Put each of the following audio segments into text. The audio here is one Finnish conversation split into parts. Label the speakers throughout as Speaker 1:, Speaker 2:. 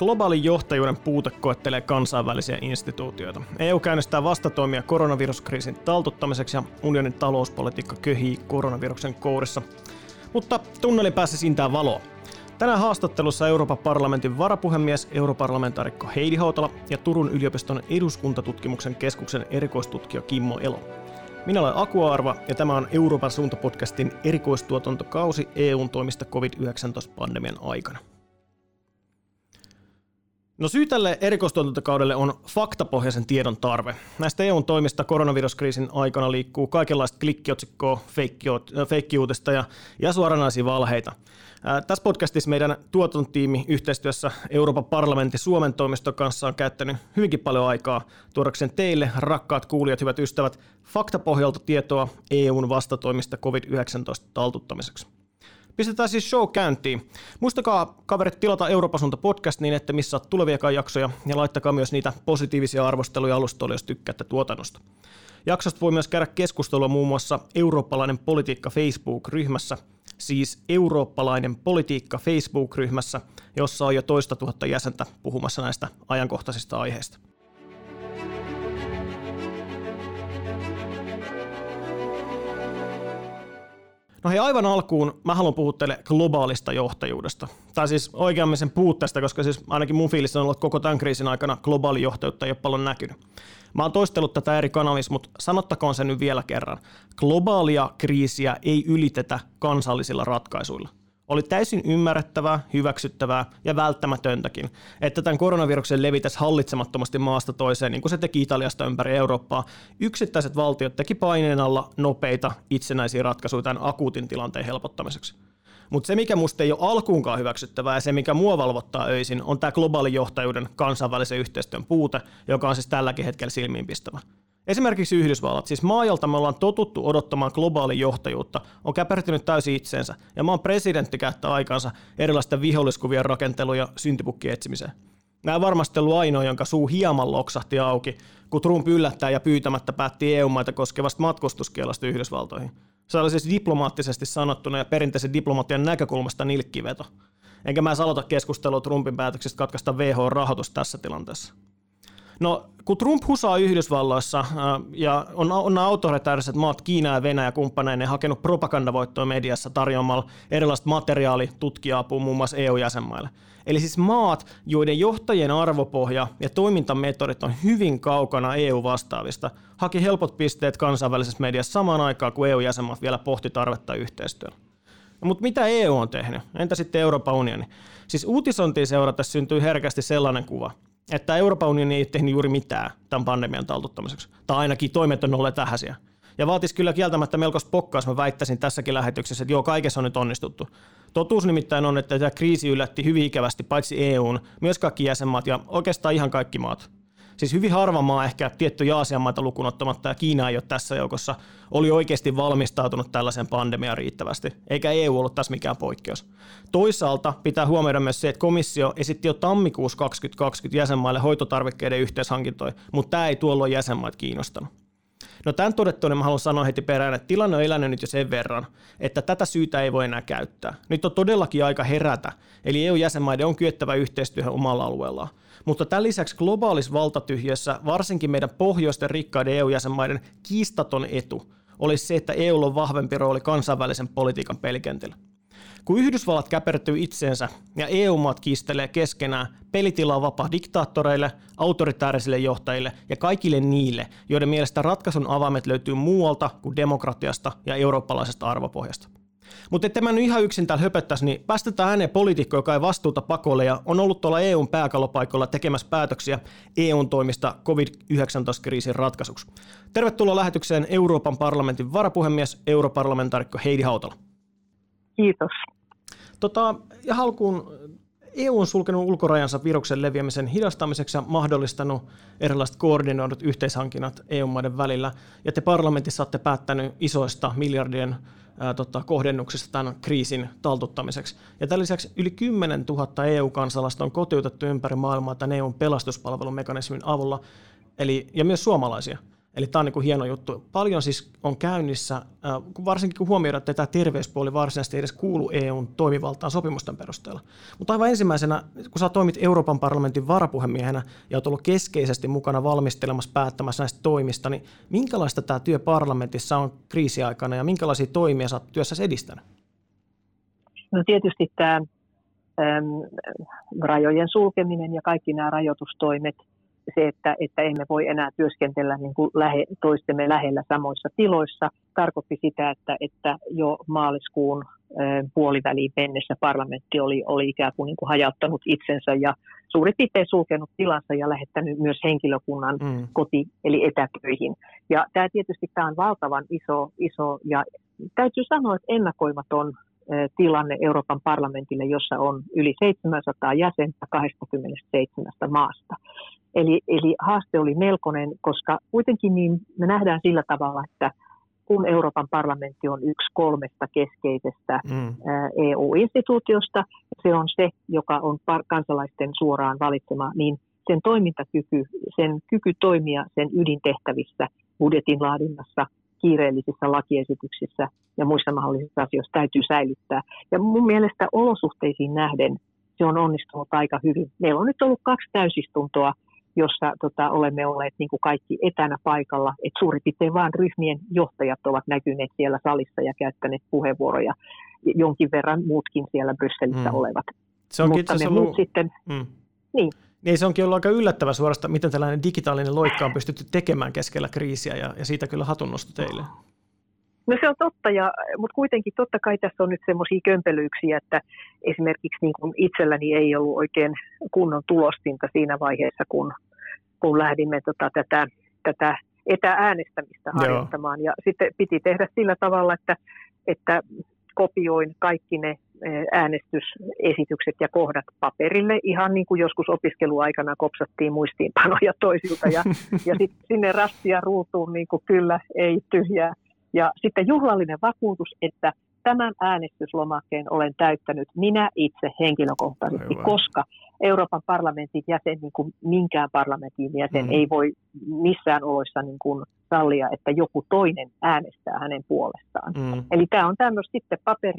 Speaker 1: Globaalin johtajuuden puute koettelee kansainvälisiä instituutioita. EU käynnistää vastatoimia koronaviruskriisin taltuttamiseksi ja unionin talouspolitiikka köhii koronaviruksen kourissa. Mutta tunnelin päässä siintää valoa. Tänään haastattelussa Euroopan parlamentin varapuhemies, europarlamentaarikko Heidi Hautala ja Turun yliopiston eduskuntatutkimuksen keskuksen erikoistutkija Kimmo Elo. Minä olen Aku Arva ja tämä on Euroopan suuntapodcastin erikoistuotantokausi EUn toimista COVID-19-pandemian aikana. No syy tälle erikoistuotantokaudelle on faktapohjaisen tiedon tarve. Näistä EUn toimista koronaviruskriisin aikana liikkuu kaikenlaista klikkiotsikkoa, feikkiuutista ja suoranaisia valheita. Tässä podcastissa meidän tuotantotiimi yhteistyössä Euroopan parlamentin Suomen toimiston kanssa on käyttänyt hyvinkin paljon aikaa tuodakseen teille, rakkaat kuulijat, hyvät ystävät, faktapohjalta tietoa EUn vastatoimista COVID-19 taltuttamiseksi. Pistetään siis show käyntiin. Muistakaa kaverit tilata Euroopan suunta podcast niin, että missaat tuleviakaan jaksoja ja laittakaa myös niitä positiivisia arvosteluja alustoille, jos tykkäätte tuotannosta. Jaksosta voi myös käydä keskustelua muun muassa Eurooppalainen politiikka Facebook-ryhmässä, siis Eurooppalainen politiikka Facebook-ryhmässä, jossa on jo 2 000 jäsentä puhumassa näistä ajankohtaisista aiheista. No hei, aivan alkuun mä haluan puhua teille globaalista johtajuudesta. Tai siis oikeammin sen puutteesta, koska siis ainakin mun fiilis on ollut, että koko tämän kriisin aikana globaali johtajuutta ei ole paljon näkynyt. Mä oon toistellut tätä eri kanavissa, mutta sanottakoon sen nyt vielä kerran. Globaalia kriisiä ei ylitetä kansallisilla ratkaisuilla. Oli täysin ymmärrettävää, hyväksyttävää ja välttämätöntäkin, että tämän koronaviruksen levitäisi hallitsemattomasti maasta toiseen, niin kuin se teki Italiasta ympäri Eurooppaa. Yksittäiset valtiot teki paineen alla nopeita itsenäisiä ratkaisuja tämän akuutin tilanteen helpottamiseksi. Mutta se, mikä musta ei ole alkuunkaan hyväksyttävää ja se, mikä mua valvottaa öisin, on tämä globaalin johtajuuden kansainvälisen yhteistyön puute, joka on siis tälläkin hetkellä silmiinpistävä. Esimerkiksi Yhdysvallat, siis maa, jolta me ollaan totuttu odottamaan globaalin johtajuutta, on käpertynyt täysin itseensä, ja maan presidentti käyttää aikansa erilaisten viholliskuvien rakenteluun ja syntipukkien etsimiseen. Nämä varmasti ollut ainoa, jonka suu hieman loksahti auki, kun Trump yllättää ja pyytämättä päätti EU-maita koskevasta matkustuskielasta Yhdysvaltoihin. Se oli siis diplomaattisesti sanottuna ja perinteisen diplomatian näkökulmasta nilkkiveto. Enkä mä aloita keskustelua Trumpin päätöksistä katkaista WHO-rahoitus tässä tilanteessa. No, kun Trump husaa Yhdysvalloissa ja on autoritääriset maat Kiina ja Venäjä kumppaneineen hakenut propagandavoittoa mediassa tarjoamalla erilaista tutkija-apua muun muassa EU-jäsenmaille. Eli siis maat, joiden johtajien arvopohja ja toimintametodit on hyvin kaukana EU-vastaavista, haki helpot pisteet kansainvälisessä mediassa samaan aikaan, kun EU-jäsenmaat vielä pohti tarvetta yhteistyöllä. No, mutta mitä EU on tehnyt? Entä sitten Euroopan unioni? Siis uutisointia seuratessa syntyy herkästi sellainen kuva, että Euroopan unioni ei tehnyt juuri mitään tämän pandemian taltuttamiseksi. Tai ainakin toimet on olleet vähäisiä. Ja vaatisi kyllä kieltämättä melkoista pokkaa, jos mä väittäisin tässäkin lähetyksessä, että joo, kaikessa on nyt onnistuttu. Totuus nimittäin on, että tämä kriisi yllätti hyvin ikävästi paitsi EUn, myös kaikki jäsenmaat ja oikeastaan ihan kaikki maat. Siis hyvin harva maa, ehkä tiettyjä Aasian maita lukuun ottamatta, ja Kiina ei ole tässä joukossa, oli oikeasti valmistautunut tällaiseen pandemiaan riittävästi, eikä EU ollut tässä mikään poikkeus. Toisaalta pitää huomioida myös se, että komissio esitti jo tammikuussa 2020 jäsenmaille hoitotarvikkeiden yhteishankintoja, mutta tämä ei tuolloin jäsenmaat kiinnostanut. No tämän todettuun mä haluan sanoa heti perään, että tilanne on elänyt nyt jo sen verran, että tätä syytä ei voi enää käyttää. Nyt on todellakin aika herätä, eli EU-jäsenmaiden on kyettävä yhteistyöhön omalla alueellaan. Mutta tämän lisäksi globaalissa valtatyhjössä varsinkin meidän pohjoisten rikkaiden EU-jäsenmaiden kiistaton etu olisi se, että EUlla on vahvempi rooli kansainvälisen politiikan pelikentillä. Kun Yhdysvallat käpertyy itseensä ja EU-maat kiistelee keskenään, pelitila on vapaa diktaattoreille, autoritäärisille johtajille ja kaikille niille, joiden mielestä ratkaisun avaimet löytyy muualta kuin demokratiasta ja eurooppalaisesta arvopohjasta. Mutta ettei mä nyt ihan yksin täällä höpöttäisi, niin päästetään ääneen poliitikko, joka ei vastuuta pakolle ja on ollut tuolla EUn pääkallopaikoilla tekemässä päätöksiä EUn toimista COVID-19-kriisin ratkaisuksi. Tervetuloa lähetykseen Euroopan parlamentin varapuhemies, europarlamentaarikko Heidi Hautala.
Speaker 2: Kiitos.
Speaker 1: Ja alkuun EU on sulkenut ulkorajansa viruksen leviämisen hidastamiseksi ja mahdollistanut erilaiset koordinoidut yhteishankinnat EU-maiden välillä. Ja te parlamentissa olette päättänyt isoista miljardien kohdennuksista tämän kriisin taltuttamiseksi. Ja tämän lisäksi yli 10 000 EU-kansalaista on kotiutettu ympäri maailmaa tämän EUn pelastuspalvelumekanismin avulla, ja myös suomalaisia. Eli tämä on niin kuin hieno juttu. Paljon siis on käynnissä, varsinkin kun huomioidaan, että tämä terveyspuoli varsinaisesti ei edes kuulu EUn toimivaltaan sopimusten perusteella. Mutta aivan ensimmäisenä, kun sä toimit Euroopan parlamentin varapuhemiehenä ja olet ollut keskeisesti mukana valmistelemassa, päättämässä näistä toimista, niin minkälaista tämä työ parlamentissa on kriisiaikana ja minkälaisia toimia sä oot työssäsi edistänyt?
Speaker 2: No tietysti tämä rajojen sulkeminen ja kaikki nämä rajoitustoimet, se, että emme voi enää työskentellä niin kuin toistemme lähellä samoissa tiloissa, tarkoitti sitä, että jo maaliskuun puoliväliin mennessä parlamentti oli ikään kuin, hajauttanut itsensä ja suurin piirtein sulkenut tilansa ja lähettänyt myös henkilökunnan koti- eli etätöihin. Ja tämä on valtavan iso ja täytyy sanoa, että ennakoimaton tilanne Euroopan parlamentille, jossa on yli 700 jäsentä 27 maasta. Eli haaste oli melkoinen, koska kuitenkin niin me nähdään sillä tavalla, että kun Euroopan parlamentti on yksi 3 keskeisestä EU-instituutiosta, se on se, joka on kansalaisten suoraan valitsema, niin sen toimintakyky, sen kyky toimia sen ydintehtävissä, budjetin laadinnassa, kiireellisissä lakiesityksissä ja muissa mahdollisissa asioissa täytyy säilyttää. Ja mun mielestä olosuhteisiin nähden se on onnistunut aika hyvin. Meillä on nyt ollut 2 täysistuntoa, jossa olemme olleet niin kuin kaikki etänä paikalla. Et suurin piirtein vaan ryhmien johtajat ovat näkyneet siellä salissa ja käyttäneet puheenvuoroja. Jonkin verran muutkin siellä Brysselissä olevat.
Speaker 1: Se onkin
Speaker 2: mutta me muut sitten...
Speaker 1: Niin, se onkin ollut aika yllättävä suorastaan, miten tällainen digitaalinen loikka on pystytty tekemään keskellä kriisiä, ja siitä kyllä hatunnosto teille.
Speaker 2: No se on totta, mutta kuitenkin totta kai tässä on nyt semmoisia kömpelyyksiä, että esimerkiksi niin kuin itselläni ei ollut oikein kunnon tulostinta siinä vaiheessa, kun lähdimme tätä etääänestämistä harjoittamaan. Joo. Ja sitten piti tehdä sillä tavalla, että kopioin kaikki ne äänestysesitykset ja kohdat paperille, ihan niin kuin joskus opiskeluaikana kopsattiin muistiinpanoja toisilta ja sitten sinne rastia ruutuun niin kuin kyllä, ei, tyhjää. Ja sitten juhlallinen vakuutus, että tämän äänestyslomakkeen olen täyttänyt minä itse henkilökohtaisesti, koska Euroopan parlamentin jäsen, niin kuin minkään parlamentin jäsen, ei voi missään oloissa niin kuin sallia, että joku toinen äänestää hänen puolestaan. Eli tämä on tämmöistä sitten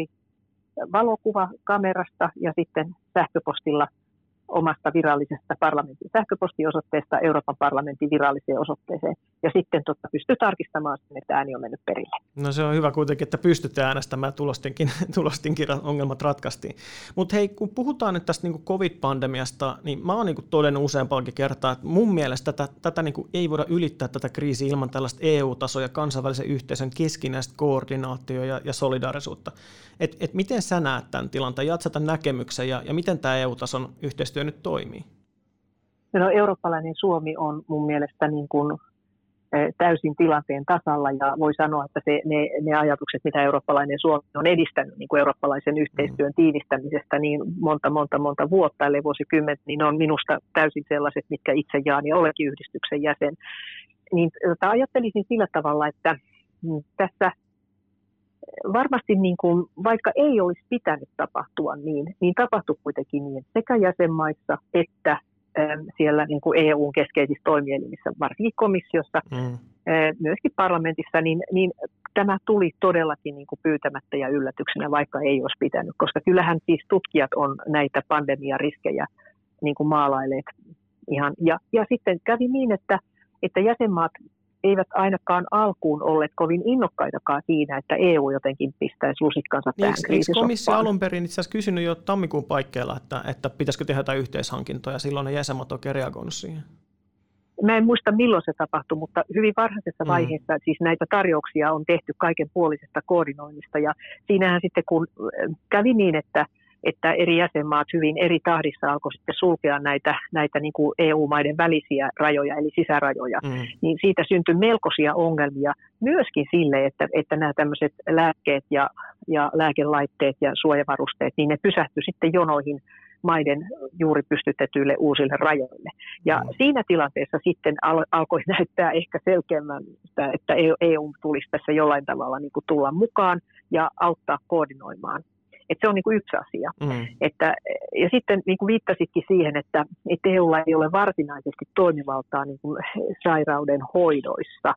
Speaker 2: valokuva kamerasta ja sitten sähköpostilla omasta virallisesta parlamentin sähköpostiosoitteesta Euroopan parlamentin viralliseen osoitteeseen. Ja sitten pystyy tarkistamaan sen, että ääni on mennyt perille.
Speaker 1: No se on hyvä kuitenkin, että pystytte äänestämään, tulostinkin ongelmat ratkaistiin. Mutta hei, kun puhutaan nyt tästä niin COVID-pandemiasta, niin mä oon niin todennut useampaankin kertaa, että mun mielestä tätä niin ei voida ylittää tätä kriisiä ilman tällaista EU-tasoa ja kansainvälisen yhteisön keskinäistä koordinaatioa ja solidaarisuutta. Et miten sä näet tämän tilanteen, jaat sä tämän näkemyksen ja miten tämä EU-tason yhteistyö nyt toimii?
Speaker 2: No, eurooppalainen Suomi on mun mielestä niin kuin täysin tilanteen tasalla ja voi sanoa, että ne ajatukset, mitä eurooppalainen Suomi on edistänyt niin kuin eurooppalaisen yhteistyön tiivistämisestä niin monta vuotta, ellei vuosikymmentä, niin ne on minusta täysin sellaiset, mitkä itse jaan ja olenkin yhdistyksen jäsen. Niin ajattelisin sillä tavalla, että tässä varmasti niin kuin, vaikka ei olisi pitänyt tapahtua niin tapahtui kuitenkin niin sekä jäsenmaissa että siellä niin kuin EUn keskeisissä toimielimissä, varsinkin komissiossa, myöskin parlamentissa, niin tämä tuli todellakin niin kuin pyytämättä ja yllätyksenä, vaikka ei olisi pitänyt, koska kyllähän siis tutkijat on näitä pandemiariskejä niin kuin maalailleet ihan. Ja sitten kävi niin, että jäsenmaat eivät ainakaan alkuun olleet kovin innokkaitakaan siinä, että EU jotenkin pistäisi lusikkansa tähän kriisisoppaan.
Speaker 1: Eikö komissio alun perin itse asiassa kysynyt jo tammikuun paikkeilla, että pitäisikö tehdä jotain yhteishankintoja, ja silloin ne jäsenmaat oikein reagoinut siihen?
Speaker 2: Mä en muista milloin se tapahtui, mutta hyvin varhaisessa vaiheessa siis näitä tarjouksia on tehty kaikenpuolisesta koordinoinnista, ja siinähän sitten kun kävi niin, että eri jäsenmaat hyvin eri tahdissa alkoi sitten sulkea näitä niin kuin EU-maiden välisiä rajoja, eli sisärajoja, niin siitä syntyi melkoisia ongelmia myöskin sille, että nämä tämmöiset lääkkeet ja lääkelaitteet ja suojavarusteet, niin ne pysähtyi sitten jonoihin maiden juuri pystytetyille uusille rajoille. Ja siinä tilanteessa sitten alkoi näyttää ehkä selkeämmän, että EU tulisi tässä jollain tavalla niin kuin tulla mukaan ja auttaa koordinoimaan. Että se on niin kuin yksi asia. Ja sitten niin kuin viittasitkin siihen, että EUlla ei ole varsinaisesti toimivaltaa niin kuin sairauden hoidoissa,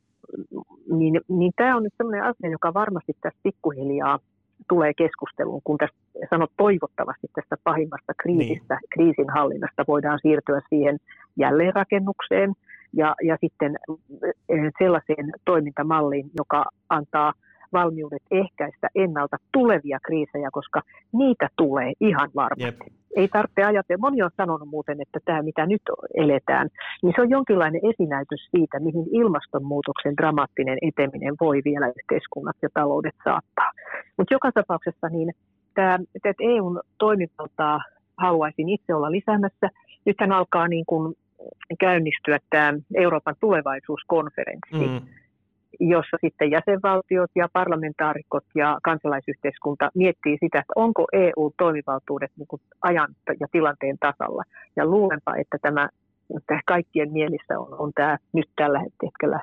Speaker 2: niin tämä on nyt sellainen asia, joka varmasti tässä pikkuhiljaa tulee keskusteluun, kun tästä sanot toivottavasti tästä pahimmasta kriisistä, kriisinhallinnasta voidaan siirtyä siihen jälleenrakennukseen ja sitten sellaiseen toimintamalliin, joka antaa valmiudet ehkäistä ennalta tulevia kriisejä, koska niitä tulee ihan varmasti. Jep. Ei tarvitse ajatella. Moni on sanonut muuten, että tämä mitä nyt eletään, niin se on jonkinlainen esinäytys siitä, mihin ilmastonmuutoksen dramaattinen eteminen voi vielä yhteiskunnat ja taloudet saattaa. Mutta joka tapauksessa niin että EUn toimivaltaa haluaisin itse olla lisäämässä. Nythän alkaa niin kuin käynnistyä tämä Euroopan tulevaisuuskonferenssi, jossa sitten jäsenvaltiot ja parlamentaarikot ja kansalaisyhteiskunta miettii sitä, että onko EU-toimivaltuudet niin kuin ajan ja tilanteen tasalla. Ja luulenpa, että tämä kaikkien mielissä on tämä nyt tällä hetkellä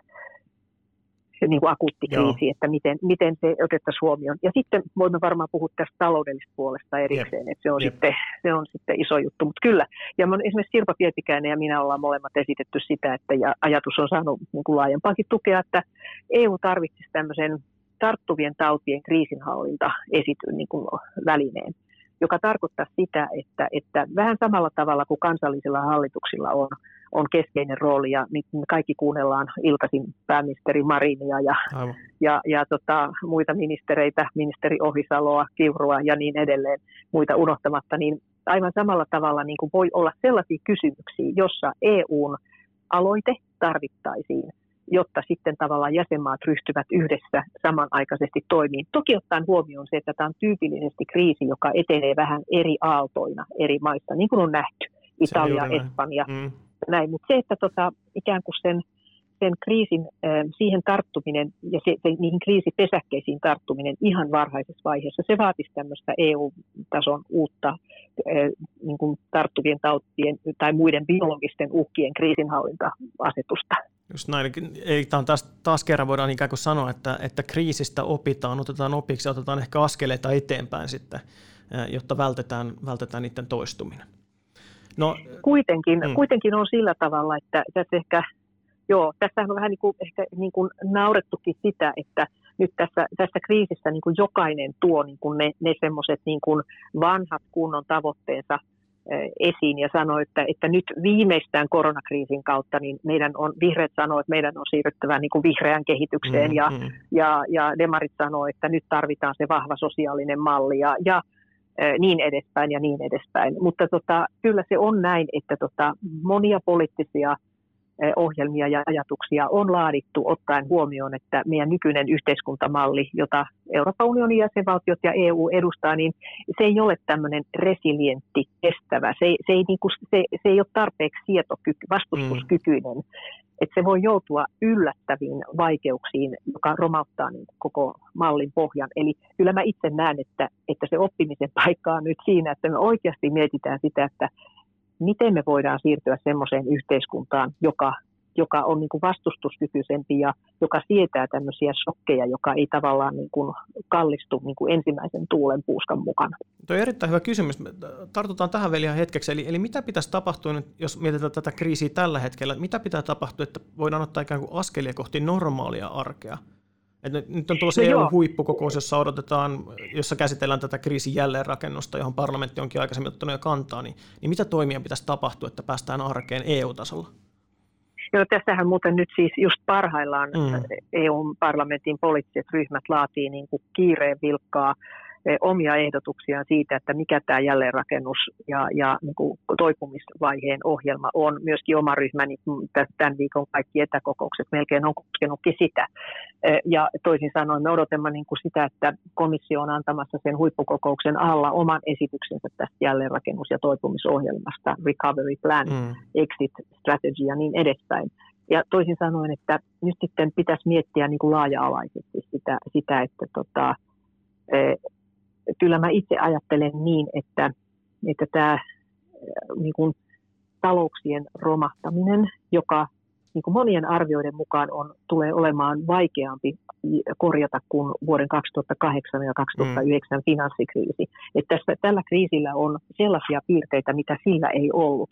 Speaker 2: niin kuin akuutti kriisi, että miten se otettaisiin huomioon. Ja sitten voimme varmaan puhua tästä taloudellisesta puolesta erikseen, että se on sitten iso juttu. Mutta kyllä, ja esimerkiksi Sirpa Pietikäinen ja minä ollaan molemmat esitetty sitä, että ja ajatus on saanut niin kuin laajempaakin tukea, että EU tarvitsisi tämmöisen tarttuvien tautien kriisinhallinta-esityn niin kuin välineen, joka tarkoittaa sitä, että vähän samalla tavalla kuin kansallisilla hallituksilla on keskeinen rooli, ja kaikki kuunnellaan iltaisin pääministeri Marinia ja muita ministereitä, ministeri Ohisaloa, Kiurua ja niin edelleen, muita unohtamatta, niin aivan samalla tavalla niin kuin voi olla sellaisia kysymyksiä, jossa EUn aloite tarvittaisiin, jotta sitten tavallaan jäsenmaat ryhtyvät yhdessä samanaikaisesti toimiin. Toki ottaen huomioon se, että tämä on tyypillisesti kriisi, joka etenee vähän eri aaltoina eri maissa, niin kuin on nähty, Italia, Espanja, näin. Mutta se, että ikään kuin sen kriisin, siihen tarttuminen ja niihin kriisipesäkkeisiin tarttuminen ihan varhaisessa vaiheessa, se vaatisi tämmöistä EU-tason uutta niin kuin tarttuvien tautien tai muiden biologisten uhkien kriisinhallinta-asetusta.
Speaker 1: Just näin. Eli taas kerran voidaan ikään kuin sanoa, että kriisistä opitaan, otetaan opiksi ja otetaan ehkä askeleita eteenpäin sitten, jotta vältetään niiden toistuminen. No, kuitenkin on sillä tavalla, että tässä ehkä, tässä on vähän niin kuin naurettukin sitä, että nyt tässä kriisissä niin kuin jokainen tuo niin kuin ne semmoiset niin kuin vanhat kunnon tavoitteensa esiin ja sanoo, että nyt viimeistään koronakriisin kautta niin vihreät sanoo, että meidän on siirryttävä niin kuin vihreään kehitykseen ja demarit sanoo, että nyt tarvitaan se vahva sosiaalinen malli ja niin edespäin ja niin edespäin. Mutta kyllä se on näin, että monia poliittisia ohjelmia ja ajatuksia on laadittu ottaen huomioon, että meidän nykyinen yhteiskuntamalli, jota Euroopan unionin jäsenvaltiot ja EU edustaa, niin se ei ole tämmöinen resilientti, kestävä. Se ei ole tarpeeksi vastustuskykyinen. Että se voi joutua yllättäviin vaikeuksiin, joka romauttaa niin koko mallin pohjan. Eli kyllä mä itse näen, että se oppimisen paikka on nyt siinä, että me oikeasti mietitään sitä, että miten me voidaan siirtyä semmoiseen yhteiskuntaan, joka on niin kuin vastustuskykyisempi ja joka sietää tämmöisiä shokkeja, joka ei tavallaan niin kuin kallistu niin kuin ensimmäisen tuulen puuskan mukana. Tuo on erittäin hyvä kysymys. Tartutaan tähän vielä ihan hetkeksi. Eli mitä pitäisi tapahtua nyt, jos mietitään tätä kriisiä tällä hetkellä, mitä pitää tapahtua, että voidaan ottaa ikään kuin askelia kohti normaalia arkea? Nyt on tulossa EU-huippukokous, jossa käsitellään tätä kriisin jälleenrakennusta, johon parlamentti onkin aikaisemmin ottanut jo kantaa, niin mitä toimia pitäisi tapahtua, että päästään arkeen EU-tasolla?
Speaker 2: Joo, tässähän muuten nyt siis just parhaillaan EU-parlamentin poliittiset ryhmät laatii niin kuin kiireen vilkkaa omia ehdotuksiaan siitä, että mikä tämä jälleenrakennus ja niin kuin toipumisvaiheen ohjelma on. Myöskin oma ryhmäni tämän viikon kaikki etäkokoukset melkein on koskenutkin sitä. Ja toisin sanoen me odotamme niin kuin sitä, että komissio on antamassa sen huippukokouksen alla oman esityksensä tästä jälleenrakennus- ja toipumisohjelmasta, recovery plan, exit strategy ja niin edespäin. Ja toisin sanoen, että nyt sitten pitäisi miettiä niin kuin laaja-alaisesti sitä että kyllä mä itse ajattelen niin, että tämä niin kuin talouksien romahtaminen, joka niin kuin monien arvioiden mukaan tulee olemaan vaikeampi korjata kuin vuoden 2008 ja 2009 finanssikriisi. Että tällä kriisillä on sellaisia piirteitä, mitä sillä ei ollut.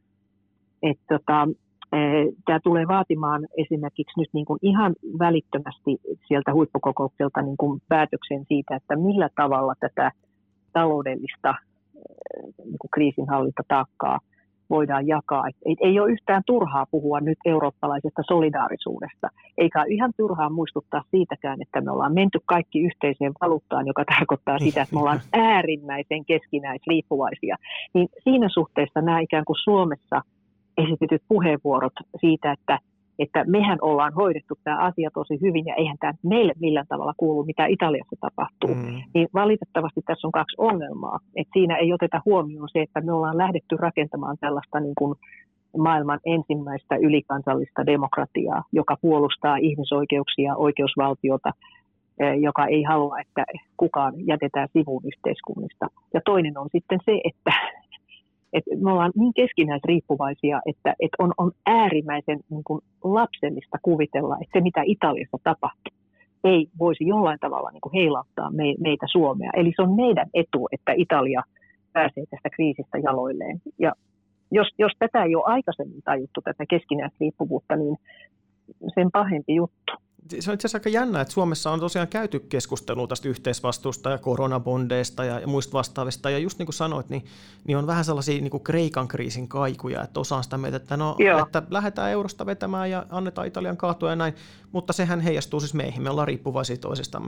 Speaker 2: Tämä tulee vaatimaan esimerkiksi nyt niin kuin ihan välittömästi sieltä huippukokoukselta niin kuin päätöksen siitä, että millä tavalla tätä taloudellista niin kuin kriisinhallintataakkaa voidaan jakaa. Ei ole yhtään turhaa puhua nyt eurooppalaisesta solidaarisuudesta, eikä ihan turhaa muistuttaa siitäkään, että me ollaan menty kaikki yhteiseen valuuttaan, joka tarkoittaa sitä, että me ollaan äärimmäisen keskinäisriippuvaisia. Niin siinä suhteessa nämä ikään kuin Suomessa esitetyt puheenvuorot siitä, että mehän ollaan hoidettu tämä asia tosi hyvin ja eihän tämä meille millään tavalla kuulu, mitä Italiassa tapahtuu. Niin valitettavasti tässä on kaksi ongelmaa. Että siinä ei oteta huomioon se, että me ollaan lähdetty rakentamaan tällaista niin kuin maailman ensimmäistä ylikansallista demokratiaa, joka puolustaa ihmisoikeuksia, oikeusvaltiota, joka ei halua, että kukaan jätetään sivuun yhteiskunnista. Ja toinen on sitten se, että me ollaan niin keskinäisriippuvaisia, että on äärimmäisen niin kuin lapsellista kuvitella, että se mitä Italiassa tapahtuu, ei voisi jollain tavalla niin kuin heilauttaa meitä Suomea. Eli se on meidän etu, että Italia pääsee tästä kriisistä jaloilleen. Ja jos tätä ei ole aikaisemmin tajuttu, tätä keskinäisriippuvuutta, niin sen pahempi juttu.
Speaker 1: Se on itse asiassa aika jännä, että Suomessa on tosiaan käyty keskustelua tästä yhteisvastuusta ja koronabondeista ja muista vastaavista. Ja just niin kuin sanoit, niin on vähän sellaisia niin kuin Kreikan kriisin kaikuja, että osaan sitä meitä, että lähdetään eurosta vetämään ja annetaan Italian kaatua ja näin. Mutta sehän heijastuu siis meihin, me ollaan riippuvaisia toisistamme.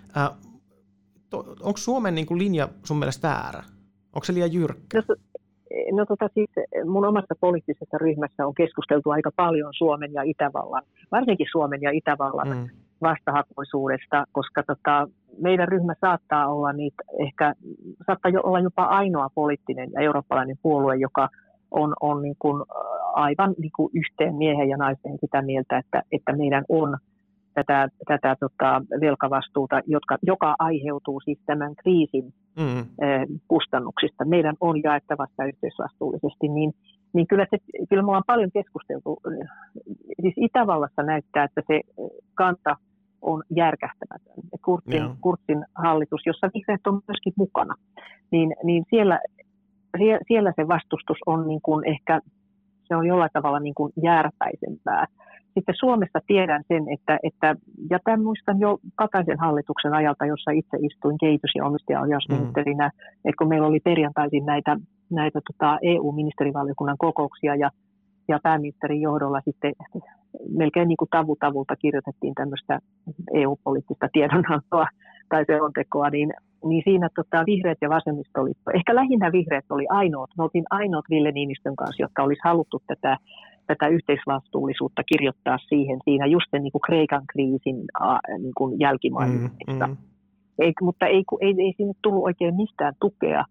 Speaker 1: Onko Suomen niin kuin linja sun mielestä väärä? Onko se liian jyrkkä?
Speaker 2: Siis mun omassa poliittisessa ryhmässä on keskusteltu aika paljon Suomen ja Itävallan, varsinkin Suomen ja Itävallan vastahakoisuudesta, koska meidän ryhmä saattaa olla olla jopa ainoa poliittinen ja eurooppalainen puolue, joka on niin kuin aivan niin kuin yhteen miehen ja naisen sitä mieltä, että meidän on tätä velkavastuuta, joka aiheutuu siis tämän kriisin kustannuksista. Meidän on jaettava sitä yhteisvastuullisesti, niin kyllä me ollaan paljon keskusteltu. Siis Itävallassa näyttää, että se kanta on järkähtämätön. Kurtsin hallitus, jossa vihreät on myöskin mukana, niin siellä se vastustus on niin kuin ehkä, se on jollain tavalla niin kuin jääräpäisempää. Sitten Suomessa tiedän sen, ja tämän muistan jo Kataisen hallituksen ajalta, jossa itse istuin kehitys- ja omistajaohjausministerinä, että kun meillä oli perjantaisin näitä EU-ministerivaliokunnan kokouksia ja pääministerin johdolla sitten melkein niin kuin tavulta kirjoitettiin tämmöistä EU-poliittista tiedonantoa tai selontekoa, niin siinä vihreät ja vasemmistoliitto, ehkä lähinnä vihreät oli ainoat, me oltiin ainoat Ville Niinistön kanssa, jotka olisi haluttu tätä yhteisvastuullisuutta kirjoittaa siinä just sen niin kuin Kreikan kriisin niin kuin jälkimainingeissa. Mutta ei sinne tullut oikein mistään tukea.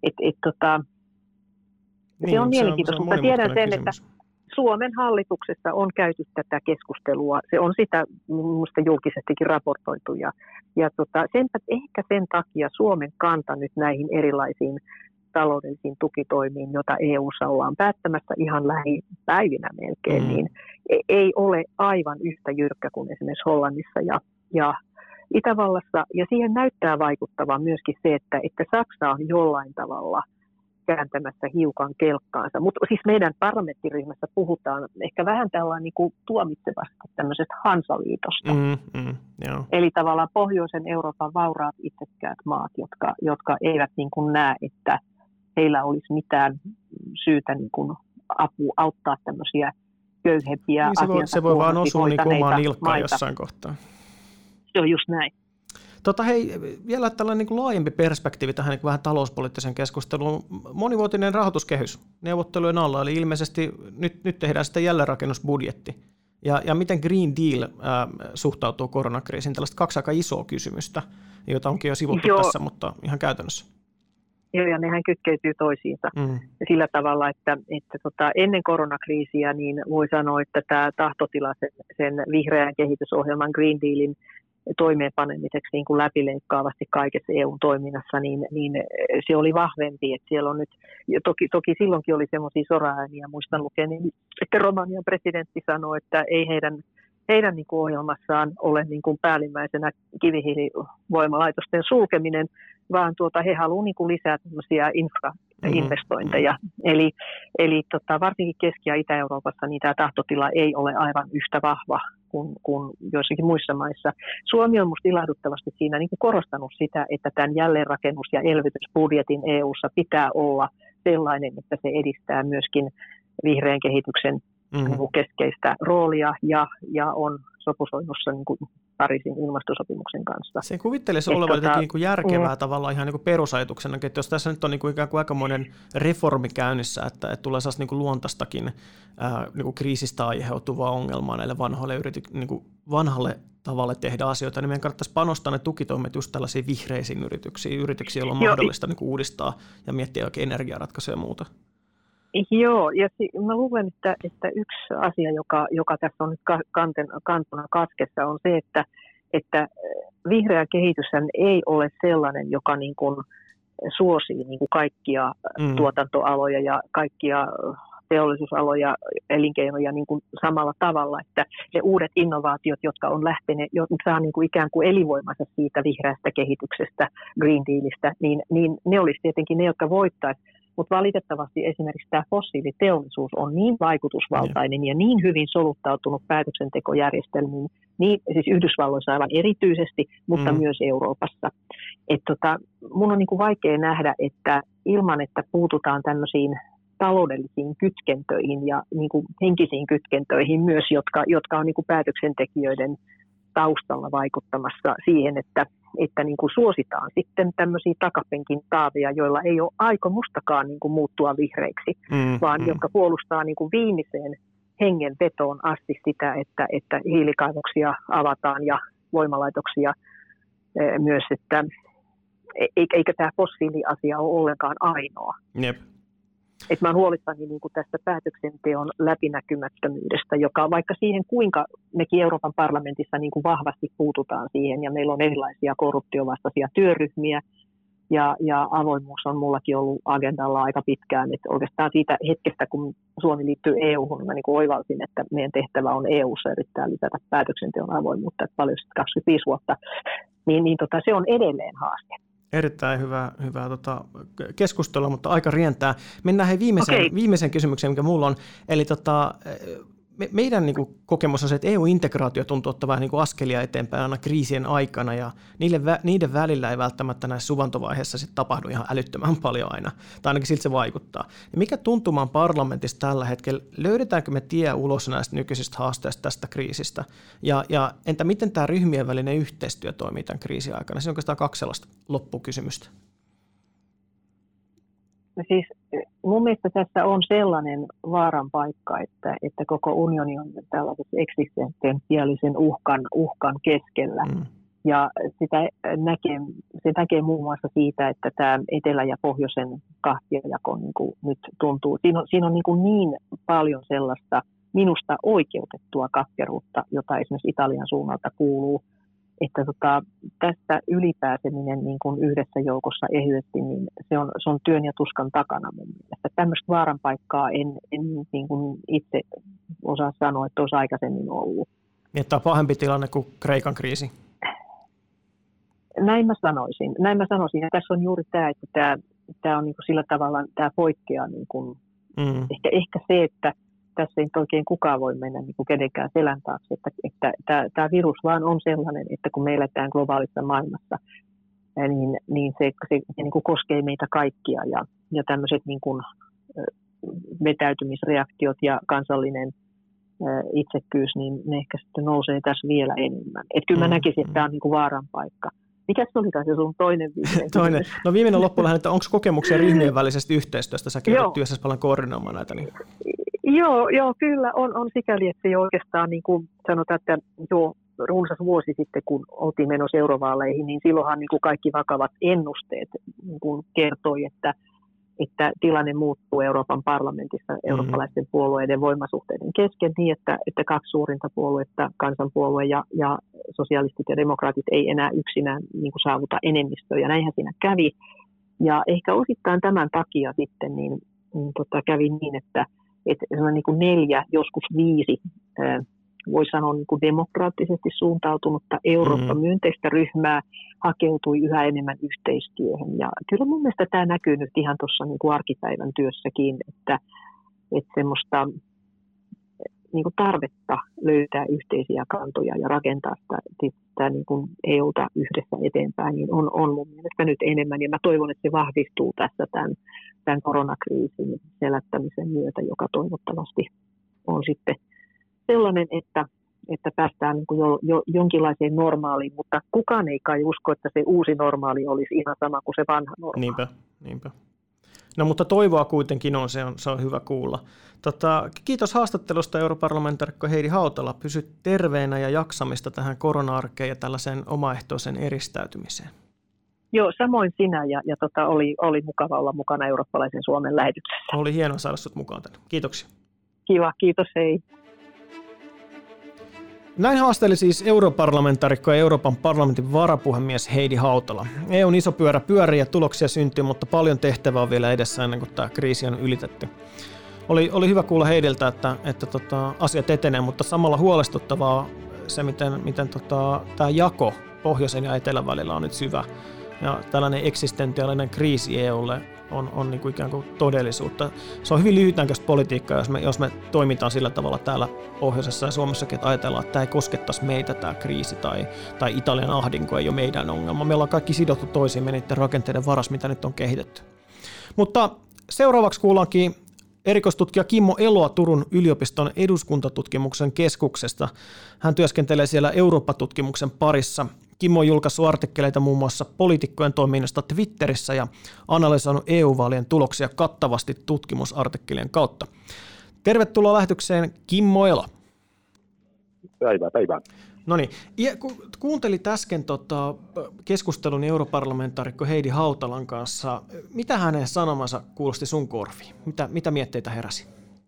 Speaker 2: Se on mielenkiintoista, mutta tiedän sen, että Suomen hallituksessa on käyty tätä keskustelua. Se on sitä minusta julkisestikin raportoitu. Ja ehkä sen takia Suomen kanta nyt näihin erilaisiin taloudellisiin tukitoimiin, joita EU:ssa ollaan päättämässä ihan lähipäivinä melkein, niin ei ole aivan yhtä jyrkkä kuin esimerkiksi Hollannissa ja Itävallassa. Ja siihen näyttää vaikuttavan myöskin se, että Saksa on jollain tavalla kääntämässä hiukan kelkkaansa. Mutta siis meidän parlamenttiryhmässä puhutaan ehkä vähän tällainen niin kuin tuomitsevasti tämmöisestä Hansaliitosta. Eli tavallaan pohjoisen Euroopan vauraat itsekkäät maat, jotka eivät niin kuin näe, että heillä olisi mitään syytä niin kuin auttaa tämmöisiä köyhempiä
Speaker 1: niin se voi vaan osua niin omaan nilkkaan jossain kohtaa.
Speaker 2: Se on just näin.
Speaker 1: Hei, vielä tällainen niin laajempi perspektiivi tähän niin vähän talouspoliittiseen keskusteluun. Monivuotinen rahoituskehys neuvottelujen alla, eli ilmeisesti nyt tehdään sitten jälleenrakennusbudjetti. Ja miten Green Deal suhtautuu koronakriisiin? Tällaista kaksi aika isoa kysymystä, joita onkin jo sivuttu tässä, mutta ihan käytännössä.
Speaker 2: Joo, ja nehän kytkeytyy toisiinsa sillä tavalla, että ennen koronakriisiä niin voi sanoa, että tämä tahtotila sen vihreän kehitysohjelman Green Dealin toimeenpanemiseksi niin kuin läpileikkaavasti kaikessa EU-toiminnassa, niin se oli vahvempi. Että siellä on nyt, toki silloinkin oli semmoisia soraääniä, muistan lukeni, että Romanian presidentti sanoi, että ei heidän niin kuin ohjelmassaan ole niin kuin päällimmäisenä kivihiilivoimalaitosten sulkeminen, vaan he haluavat niin kuin lisää infrainvestointeja. Eli varsinkin Keski- ja Itä-Euroopassa niin tämä tahtotila ei ole aivan yhtä vahva kuin joissakin muissa maissa. Suomi on minusta ilahduttavasti siinä niin kuin korostanut sitä, että tämän jälleenrakennus- ja elvytysbudjetin EU:ssa pitää olla sellainen, että se edistää myöskin vihreän kehityksen keskeistä roolia ja on sopusoinnussa niin kuin Pariisin ilmastosopimuksen kanssa.
Speaker 1: Se kuvittelisi olevan jotenkin niin kuin järkevää tavallaan ihan niin kuin perusajatuksena, että jos tässä nyt on niin kuin ikään kuin aikamoinen reformi käynnissä, että tulee niin kuin luontaistakin niin kuin kriisistä aiheutuvaa ongelmaa näille niin kuin vanhalle tavalle tehdä asioita, niin meidän kannattaisi panostaa ne tukitoimet just tällaisiin vihreisiin yrityksiin, joilla on mahdollista niin kuin uudistaa ja miettiä oikein energiaratkaisuja ja muuta.
Speaker 2: Joo, ja mä luulen, että yksi asia, joka tässä on nyt kantona kaskessa, on se, että vihreä kehityshän ei ole sellainen, joka niin kuin suosii niin kuin kaikkia tuotantoaloja ja kaikkia teollisuusaloja, elinkeinoja niin kuin samalla tavalla, että ne uudet innovaatiot, jotka on lähteneet, saa niin kuin ikään kuin elinvoimansa siitä vihreästä kehityksestä, Green Dealista, niin ne olisi tietenkin ne, jotka voittaisivat. Mutta valitettavasti esimerkiksi tämä fossiiliteollisuus on niin vaikutusvaltainen ja niin hyvin soluttautunut päätöksentekojärjestelmiin, siis Yhdysvalloissa aivan erityisesti, mutta myös Euroopassa. Mun on niinku vaikea nähdä, että ilman, että puututaan tämmöisiin taloudellisiin kytkentöihin ja niinku henkisiin kytkentöihin myös, jotka on niinku päätöksentekijöiden taustalla vaikuttamassa siihen, että niin kuin suositaan sitten tämmöisiä takapenkin taaveja, joilla ei ole aikomustakaan niin kuin muuttua vihreiksi, vaan jotka puolustaa niin kuin viimeiseen hengenvetoon asti sitä, että hiilikaivoksia avataan ja voimalaitoksia myös, että eikä tämä fossiiliasia ole ollenkaan ainoa.
Speaker 1: Jep.
Speaker 2: Että mä oon huolissani niin kuin tästä päätöksenteon läpinäkymättömyydestä, joka vaikka siihen kuinka mekin Euroopan parlamentissa niin kuin vahvasti puututaan siihen, ja meillä on erilaisia korruptiovastaisia työryhmiä, ja avoimuus on mullakin ollut agendalla aika pitkään, että oikeastaan siitä hetkestä, kun Suomi liittyy EU-hun, mä niin kuin oivalsin, että meidän tehtävä on EU-ssa yrittää lisätä päätöksenteon avoimuutta, että paljon 25 vuotta, niin se on edelleen haaste.
Speaker 1: Erittäin hyvää keskustelua, mutta aika rientää. Mennään viimeiseen kysymykseen, mikä mulla on. Eli meidän niin kuin kokemus on se, että EU-integraatio tuntuu ottaa vähän niin kuin askelia eteenpäin aina kriisien aikana, ja niiden välillä ei välttämättä näissä suvantovaiheissa sit tapahdu ihan älyttömän paljon aina, tai ainakin siltä se vaikuttaa. Ja mikä tuntumaan parlamentissa tällä hetkellä, löydetäänkö me tie ulos näistä nykyisistä haasteista tästä kriisistä, ja entä miten tämä ryhmien välinen yhteistyö toimii tämän kriisin aikana? Se on oikeastaan 2 sellaista loppukysymystä.
Speaker 2: Siis mun mielestä tässä on sellainen vaaran paikka, että koko unioni on tällaisen eksistentiaalisen uhkan keskellä. Ja se näkee muun muassa siitä, että tämä etelä- ja pohjoisen kahtiajako niin kuin nyt tuntuu. Siinä on niin paljon sellaista minusta oikeutettua katkeruutta, jota esimerkiksi Italian suunnalta kuuluu, että tästä ylipääseminen niin kuin yhdessä joukossa ehyesti, niin se on työn ja tuskan takana mun mielestä. Tämmöistä vaaran paikkaa en niin kuin itse osaa sanoa, että olisi aikaisemmin ollut.
Speaker 1: Niin, tämä on pahempi tilanne kuin Kreikan kriisi?
Speaker 2: Näin mä sanoisin. Ja tässä on juuri tämä, että tämä on niin kuin sillä tavalla, tämä poikkeaa niin kuin, ehkä se, että tässä ei oikein kukaan voi mennä niin kuin kenenkään selän taakse, että tämä virus vaan on sellainen, että kun me eletään globaalissa maailmassa, niin se niin kuin koskee meitä kaikkia ja tämmöiset niin kuin vetäytymisreaktiot ja kansallinen itsekkyys, niin ne ehkä sitten nousee tässä vielä enemmän. Että kyllä mä näkisin, että tämä on niin kuin vaaran paikka. Mikä se oli se sun toinen
Speaker 1: viimeinen? No viimeinen loppulähen, että onko kokemuksia ryhmien välisestä yhteistyöstä? Säkin olet työssä paljon koordinoimaan näitä. Niin.
Speaker 2: Joo, kyllä on sikäli, että se oikeastaan niin kuin sanotaan, että runsas vuosi sitten, kun oltiin menossa eurovaaleihin, niin silloinhan niin kuin kaikki vakavat ennusteet niin kuin kertoi, että tilanne muuttuu Euroopan parlamentissa eurooppalaisten puolueiden voimasuhteiden kesken niin, että 2 suurinta puoluetta, kansanpuolue ja sosialistit ja demokraatit ei enää yksinään niin kuin saavuta enemmistöä, ja näinhän siinä kävi. Ja ehkä osittain tämän takia sitten kävi niin, että niin kuin 4, joskus 5, voi sanoa niin kuin demokraattisesti suuntautunutta Eurooppa-myönteistä ryhmää hakeutui yhä enemmän yhteistyöhön. Ja kyllä mun mielestä tämä näkyy nyt ihan tuossa niin kuin arkipäivän työssäkin, että semmoista niin kuin tarvetta löytää yhteisiä kantoja ja rakentaa sitä niin kuin EUta yhdessä eteenpäin, niin on mun mielestä nyt enemmän. Ja mä toivon, että se vahvistuu tässä tämän koronakriisin selättämisen myötä, joka toivottavasti on sitten sellainen, että päästään niin kuin jo jonkinlaiseen normaaliin, mutta kukaan ei kai usko, että se uusi normaali olisi ihan sama kuin se vanha normaali.
Speaker 1: Niinpä. No mutta toivoa kuitenkin on, se on hyvä kuulla. Kiitos haastattelusta europarlamentaarikko Heidi Hautala. Pysy terveenä ja jaksamista tähän korona-arkeen ja tällaiseen omaehtoisen eristäytymiseen.
Speaker 2: Joo, samoin sinä ja oli mukava olla mukana Eurooppalaisen Suomen lähetyksessä.
Speaker 1: Oli hienoa saada sinut mukaan tänne. Kiitoksia.
Speaker 2: Kiva, kiitos, hei.
Speaker 1: Näin haasteli siis europarlamentaarikko ja Euroopan parlamentin varapuhemies Heidi Hautala. EUn iso pyörä pyörii ja tuloksia syntyy, mutta paljon tehtävää on vielä edessä ennen kuin tämä kriisi on ylitetty. Oli hyvä kuulla Heidiltä, että asiat etenee, mutta samalla huolestuttavaa se, miten tämä jako pohjoisen ja etelän välillä on nyt syvä. Ja tällainen eksistentiaalinen kriisi EUlle on niin kuin ikään kuin todellisuutta. Se on hyvin lyhytnäköistä politiikkaa, jos me toimitaan sillä tavalla täällä pohjoisessa ja Suomessakin, että ajatellaan, että tämä ei koskettaisi meitä tämä kriisi tai Italian ahdinko ei ole meidän ongelma. Meillä on kaikki sidottu toisiimme niiden rakenteiden varas, mitä nyt on kehitetty. Mutta seuraavaksi kuullaankin erikoistutkija Kimmo Eloa Turun yliopiston eduskuntatutkimuksen keskuksesta. Hän työskentelee siellä Eurooppa-tutkimuksen parissa. Kimmo on julkaissut artikkeleita muun muassa poliitikkojen toiminnasta Twitterissä ja analysoinut EU-vaalien tuloksia kattavasti tutkimusartikkelien kautta. Tervetuloa lähetykseen, Kimmo Elo.
Speaker 3: Päivää.
Speaker 1: No niin, kuuntelit äsken keskustelun europarlamentaarikko Heidi Hautalan kanssa. Mitä hänen sanomansa kuulosti sun korviin? Mitä mietteitä heräsi?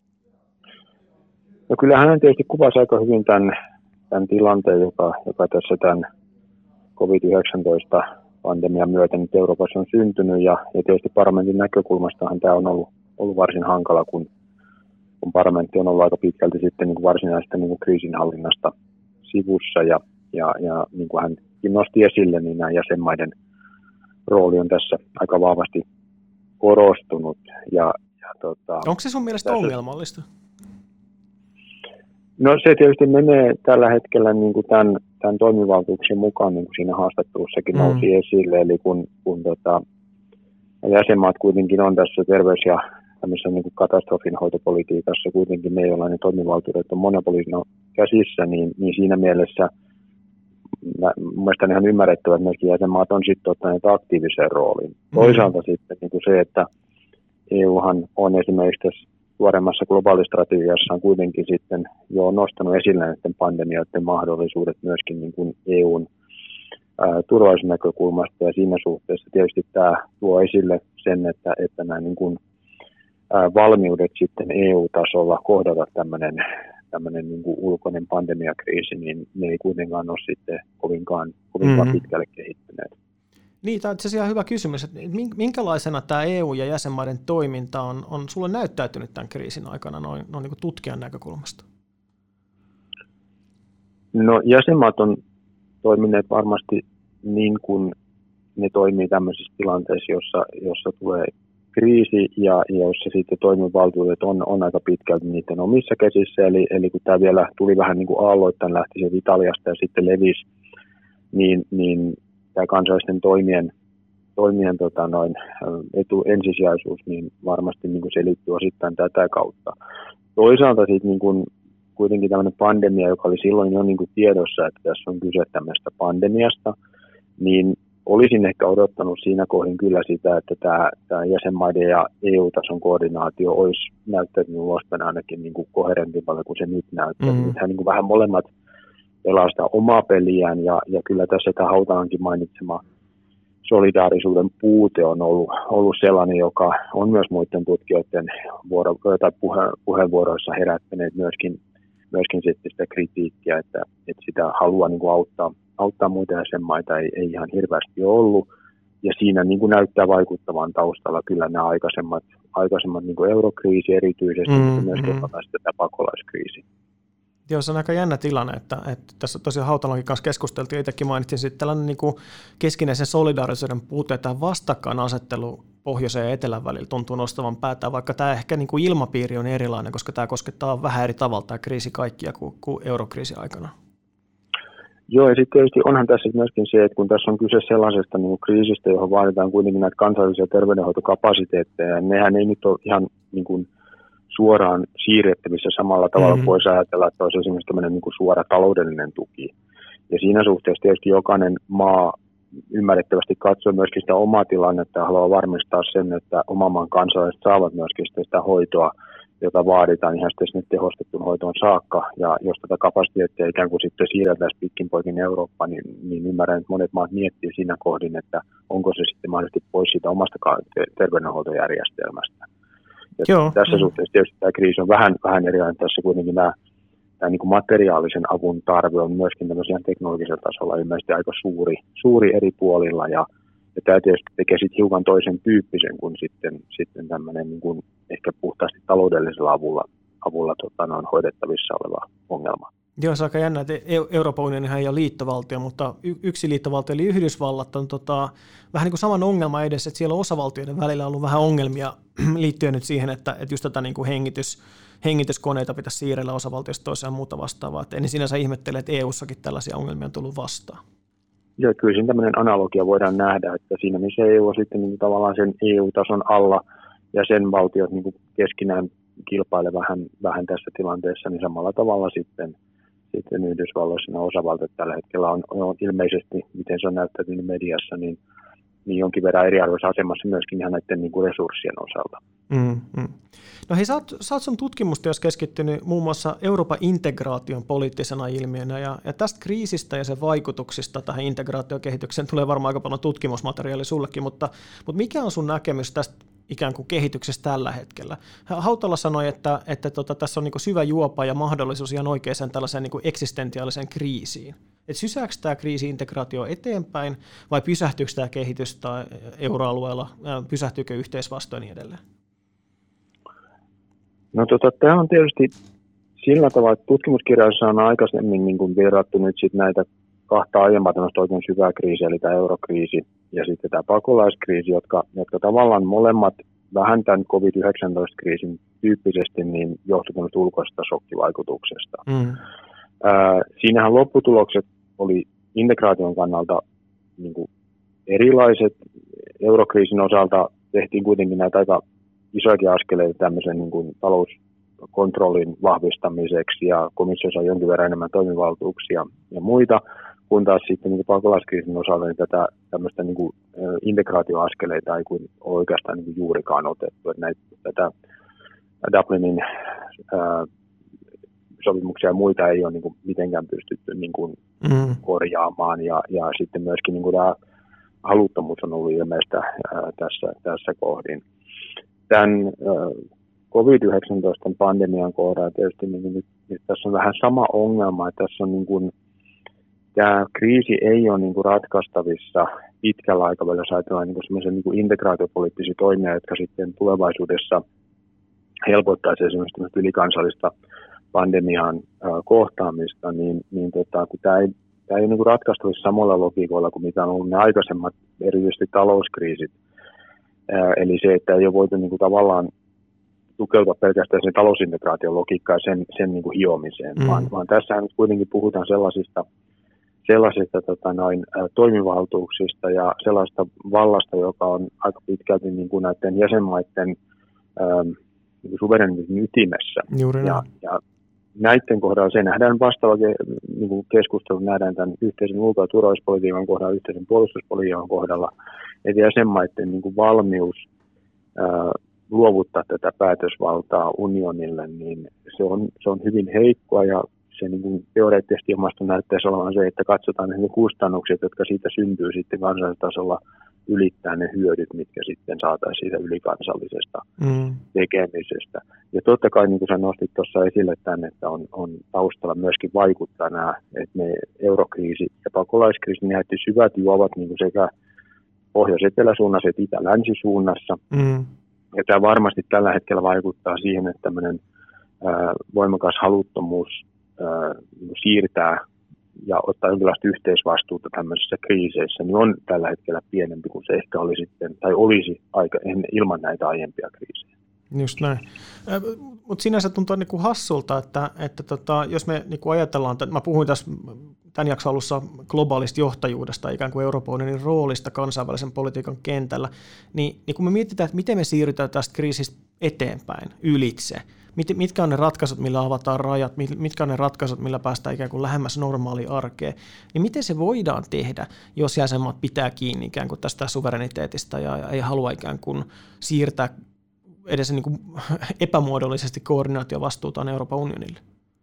Speaker 3: No kyllä hän tietysti kuvasi aika hyvin tämän tilanteen, joka tässä tämän COVID-19-pandemian myötä nyt Euroopassa on syntynyt. Ja tietysti parlamentin näkökulmastahan tämä on ollut varsin hankala, kun parlamentti on ollut aika pitkälti sitten niin kuin varsinaista niin kuin kriisinhallinnasta sivussa. Ja niin kuin hänkin nosti esille, niin nämä jäsenmaiden rooli on tässä aika vahvasti korostunut.
Speaker 1: Onko se sun mielestä ongelmallista?
Speaker 3: No se tietysti menee tällä hetkellä niin kuin tämän toimivaltuuksien mukaan, niin kuin siinä haastattelussakin nousi esille, eli kun jäsenmaat kuitenkin on tässä terveys- ja niin kuin katastrofinhoitopolitiikassa kuitenkin ne, joilla ne toimivaltuudet on monopolisina käsissä, niin siinä mielessä mielestäni ihan ymmärrettävä, että myöskin jäsenmaat on sitten ottaneet aktiivisen roolin. Toisaalta sitten niin kuin se, että EUhan on esimerkiksi tässä tuoreemmassa globaalistrategiassa on kuitenkin sitten jo nostanut esille näiden pandemioiden mahdollisuudet myöskin niin kuin EUn turvallisuusnäkökulmasta, ja siinä suhteessa tietysti tämä tuo esille sen, että nämä niin kuin valmiudet sitten EU-tasolla kohdata tämmöinen niin kuin ulkoinen pandemiakriisi, niin ne ei kuitenkaan ole sitten kovinkaan pitkälle kehittyneet.
Speaker 1: Niin, tämä on itse asiassa hyvä kysymys, että minkälaisena tämä EU- ja jäsenmaiden toiminta on sulle näyttäytynyt tämän kriisin aikana noin niin kuin tutkijan näkökulmasta?
Speaker 3: No jäsenmaat on toimineet varmasti niin kuin ne toimii tämmöisissä tilanteissa, jossa tulee kriisi ja jossa sitten toimivaltuudet on aika pitkälti niiden omissa käsissä. Eli kun tämä vielä tuli vähän niin kuin aalloittain, lähti se Italiasta ja sitten levisi, niin tämä kansallisten toimien ensisijaisuus niin varmasti niin kuin selittyy osittain tätä kautta. Toisaalta sitten niin kuin kuitenkin tämmöinen pandemia, joka oli silloin jo niin kuin tiedossa, että tässä on kyse tämmöistä pandemiasta, niin olisin ehkä odottanut siinä kohdin kyllä sitä, että tämä jäsenmaiden ja EU-tason koordinaatio olisi näyttänyt ulospäin ainakin niin kuin koherentimpalle kuin se nyt näyttää. Nythän niin kuin vähän molemmat pelaa sitä omaa peliään, ja kyllä tässä tämä Hautalankin mainitsema solidaarisuuden puute on ollut sellainen, joka on myös muiden tutkijoiden puheenvuoroissa herättäneet myöskin sitten sitä kritiikkiä, että sitä halua niin kuin auttaa muita jäsenmaita ei ihan hirveästi ole ollut. Ja siinä niin kuin näyttää vaikuttavan taustalla kyllä nämä aikaisemmat niin kuin eurokriisi erityisesti, mutta myöskin tätä pakolaiskriisi.
Speaker 1: Joo, se on aika jännä tilanne, että tässä tosiaan Hautalankin kanssa keskusteltiin, itsekin mainitsin, että tällainen niin kuin keskinäisen solidaarisuuden puute, tämä vastakkainasettelu pohjoisen ja etelän välillä tuntuu nostavan päätään, vaikka tämä ehkä niin kuin ilmapiiri on erilainen, koska tämä koskettaa vähän eri tavalla tämä kriisi kaikkia kuin eurokriisi aikana.
Speaker 3: Joo, ja sitten tietysti onhan tässä myöskin se, että kun tässä on kyse sellaisesta niin kuin kriisistä, johon vaaditaan kuitenkin näitä kansallisia terveydenhoitokapasiteetteja, ja nehän ei nyt ole ihan niin kuin suoraan siirrettävissä samalla tavalla kuin voisi ajatella, että olisi esimerkiksi tämmöinen niin kuin suora taloudellinen tuki. Ja siinä suhteessa tietysti jokainen maa ymmärrettävästi katsoo myöskin sitä omaa tilannetta ja haluaa varmistaa sen, että oman maan kansalaiset saavat myöskin sitä hoitoa, jota vaaditaan ihan sitten sinne tehostettuun hoitoon saakka. Ja jos tätä kapasiteettia ikään kuin sitten siirretään pitkin poikin Eurooppaan, niin ymmärrän, että monet maat miettii siinä kohdin, että onko se sitten mahdollisesti pois siitä omasta terveydenhuoltojärjestelmästä. Tässä suhteessa tietysti tämä kriisi on vähän erilainen. Tässä kuitenkin tämä niin kuin materiaalisen avun tarve on myöskin tämmöisellä teknologisella tasolla ilmeisesti aika suuri eri puolilla. Ja tämä tietysti tekee sitten hiukan toisen tyyppisen kuin sitten tämmöinen niin kuin ehkä puhtaasti taloudellisella avulla hoidettavissa oleva ongelma.
Speaker 1: Joo, se on aika jännä, että Euroopan unionihan ei ole liittovaltio, mutta yksi liittovaltio eli Yhdysvallat on vähän niin kuin saman ongelman edessä, että siellä osavaltioiden välillä on ollut vähän ongelmia liittyen nyt siihen, että just tätä niin kuin hengityskoneita pitäisi siirrellä osavaltiosta toiseen ja muuta vastaavaa. Että en sinänsä ihmettele, että EU-sakin tällaisia ongelmia on tullut vastaan.
Speaker 3: Joo, kyllä siinä tämmöinen analogia voidaan nähdä, että siinä missä EU on sitten niin tavallaan sen EU-tason alla ja sen valtiot niin keskinään kilpailee vähän tässä tilanteessa, niin samalla tavalla sitten Yhdysvalloissa nämä osavaltiot tällä hetkellä on ilmeisesti, miten se on näyttäytynyt mediassa, niin jonkin verran eriarvoisessa asemassa myöskin ihan näiden niin kuin resurssien osalta.
Speaker 1: No hei, sä oot sun tutkimustyössä keskittynyt muun muassa Euroopan integraation poliittisena ilmiönä, ja tästä kriisistä ja sen vaikutuksista tähän integraatiokehitykseen tulee varmaan aika paljon tutkimusmateriaalia sullekin, mutta mikä on sun näkemys tästä ikään kuin kehityksestä tällä hetkellä? Hautala sanoi, että tässä on niin kuin syvä juopa ja mahdollisuus ihan oikeaan tällaiseen niin kuin eksistentiaaliseen kriisiin. Et sysääkö tämä kriisi-integraatio eteenpäin vai pysähtyykö tämä kehitys tai euroalueella, pysähtyykö yhteisvasto ja niin edelleen?
Speaker 3: No tämä on tietysti sillä tavalla, että tutkimuskirjoissa on aikaisemmin niin kuin verrattu nyt sit näitä kahta aiempaa tämmöistä oikein syvää kriisiä, eli tämä eurokriisi ja sitten tämä pakolaiskriisi, jotka tavallaan molemmat vähän tämän COVID-19-kriisin tyyppisesti niin johtui tämmöistä ulkoisesta shokkivaikutuksesta. Siinähän lopputulokset oli integraation kannalta niin kuin erilaiset. Eurokriisin osalta tehtiin kuitenkin näitä aika isojakin askeleita tämmöisen niin kuin talouskontrollin vahvistamiseksi ja komissio sai jonkin verran enemmän toimivaltuuksia ja muita, kun taas sitten niin pakolaiskriisin osalta niin tätä tämmöistä niin kuin integraatioaskeleita ei ole oikeastaan niin kuin juurikaan otettu. Tätä Dublinin sopimuksia ja muita ei ole niin kuin mitenkään pystytty niin kuin korjaamaan ja sitten myöskin niin kuin tämä haluttomuus on ollut ilmeistä tässä kohdin. Tämän COVID-19 pandemian kohdalla tietysti niin nyt tässä on vähän sama ongelma, että tässä on niin kuin, tämä kriisi ei ole niin kuin ratkaistavissa pitkällä aikavälillä, jos ajatellaan niin kuin sellaisia niin kuin integraatiopoliittisia toimia, jotka sitten tulevaisuudessa helpottaisi esimerkiksi ylikansallista pandemian kohtaamista, niin kun tämä ei ole niin kuin ratkaistavissa samalla logiikoilla kuin mitä on ollut ne aikaisemmat, erityisesti talouskriisit. Eli se, että ei ole voitu niin kuin tavallaan tukeutua pelkästään sen talousintegraation logiikkaan ja sen niin kuin hiomiseen, vaan tässä nyt kuitenkin puhutaan sellaisista toimivaltuuksista ja sellaista vallasta, joka on aika pitkälti niin kuin näiden jäsenmaiden niin suvereniteetin ytimessä. Ja näiden kohdalla se nähdään vastaava niin kuin keskustelu, nähdään tämän yhteisen ulko- ja turvallisuuspolitiikan kohdalla, yhteisen puolustuspolitiikan kohdalla, että jäsenmaiden niin kuin valmius luovuttaa tätä päätösvaltaa unionille, niin se on hyvin heikkoa ja se niin kuin teoreettisesti ilmasto näyttäisi olevan se, että katsotaan ne kustannukset, jotka siitä syntyy sitten kansallisella tasolla ylittää ne hyödyt, mitkä sitten saataisiin siitä ylikansallisesta tekemisestä. Ja totta kai, niin kuin sä nostit tuossa esille tämän, että on taustalla myöskin vaikuttaa nämä, että ne eurokriisi ja pakolaiskriisi näytti syvät juovat niin kuin sekä pohjois-eteläsuunnassa että itä-länsisuunnassa. Ja tämä varmasti tällä hetkellä vaikuttaa siihen, että tämmöinen voimakas haluttomuus siirtää ja ottaa jonkinlaista yhteisvastuuta tämmöisissä kriiseissä, niin on tällä hetkellä pienempi kuin se ehkä oli sitten, tai olisi aika ilman näitä aiempia kriisejä.
Speaker 1: Just näin. Mutta sinänsä tuntuu niinku hassulta, että jos me niinku ajatellaan, mä puhuin tässä tämän jakson alussa globaalista johtajuudesta, ikään kuin Euroopan unionin roolista kansainvälisen politiikan kentällä, niin kun me mietitään, että miten me siirrytään tästä kriisistä eteenpäin, ylitse, mitkä on ne ratkaisut, millä avataan rajat, mitkä on ne ratkaisut, millä päästään ikään kuin lähemmäs normaalia arkea, niin miten se voidaan tehdä, jos jäsenmaat pitää kiinni ikään kuin tästä suvereniteetista ja ei halua ikään kuin siirtää edes niin kuin epämuodollisesti koordinaatiovastuutaan Euroopan unionille?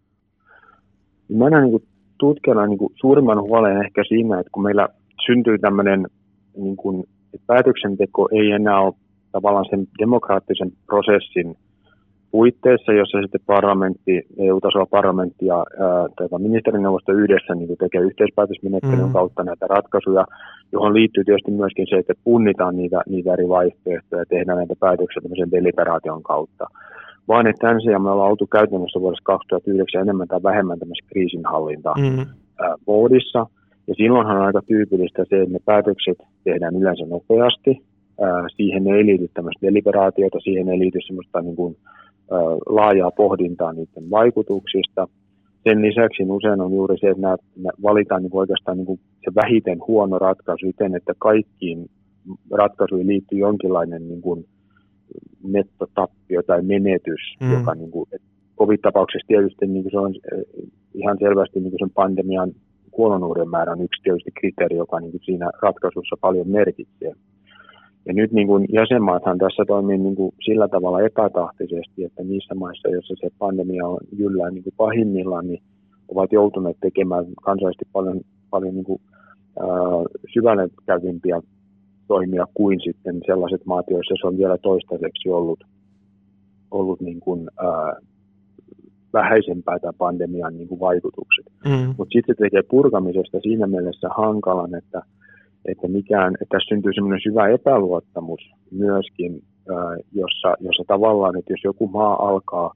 Speaker 3: Mä näen niin tutkijana niin suurimman huolen ehkä siinä, että kun meillä syntyy tämmöinen, niin kuin, että päätöksenteko ei enää ole tavallaan sen demokraattisen prosessin puitteissa, jossa sitten parlamentti, EU-tasolla parlamentti ja ministerineuvosto yhdessä niin tekee yhteispäätösmenettelyn kautta näitä ratkaisuja, johon liittyy tietysti myöskin se, että punnitaan niitä eri vaihtoehtoja ja tehdään näitä päätöksiä tämmöisen deliberaation kautta. Vaan että tämän sijaan me ollaan oltu käytännössä vuodessa 2009 enemmän tai vähemmän tämmöisessä kriisinhallinta-moodissa. Ja silloinhan on aika tyypillistä se, että ne päätökset tehdään yleensä nopeasti. Siihen ei liity tämmöistä deliberaatiota, siihen ei liity semmoista niin kuin laajaa pohdintaa niiden vaikutuksista. Sen lisäksi usein on juuri se, että valitaan niin oikeastaan niin se vähiten huono ratkaisu siten, että kaikkiin ratkaisuihin liittyy jonkinlainen niin kuin nettotappio tai menetys, joka niin kuin, COVID-tapauksessa tietysti niin kuin se on ihan selvästi niin kuin sen pandemian kuolonuhrien määrä on yksi tietysti kriteeri, joka niin kuin siinä ratkaisussa paljon merkitsee. Ja nyt niin kuin jäsenmaathan tässä toimii niin kuin sillä tavalla epätahtisesti, että niissä maissa, joissa se pandemia on jyllään niin kuin pahimmillaan, niin ovat joutuneet tekemään kansallisesti paljon niin kuin, syvälle käyvimpiä toimia kuin sitten sellaiset maat, joissa se on vielä toistaiseksi ollut niin kuin, vähäisempää tämä pandemian niin kuin vaikutukset. Mutta sitten se tekee purkamisesta siinä mielessä hankalan, että tässä syntyy semmoinen syvä epäluottamus myöskin, jossa tavallaan, että jos joku maa alkaa,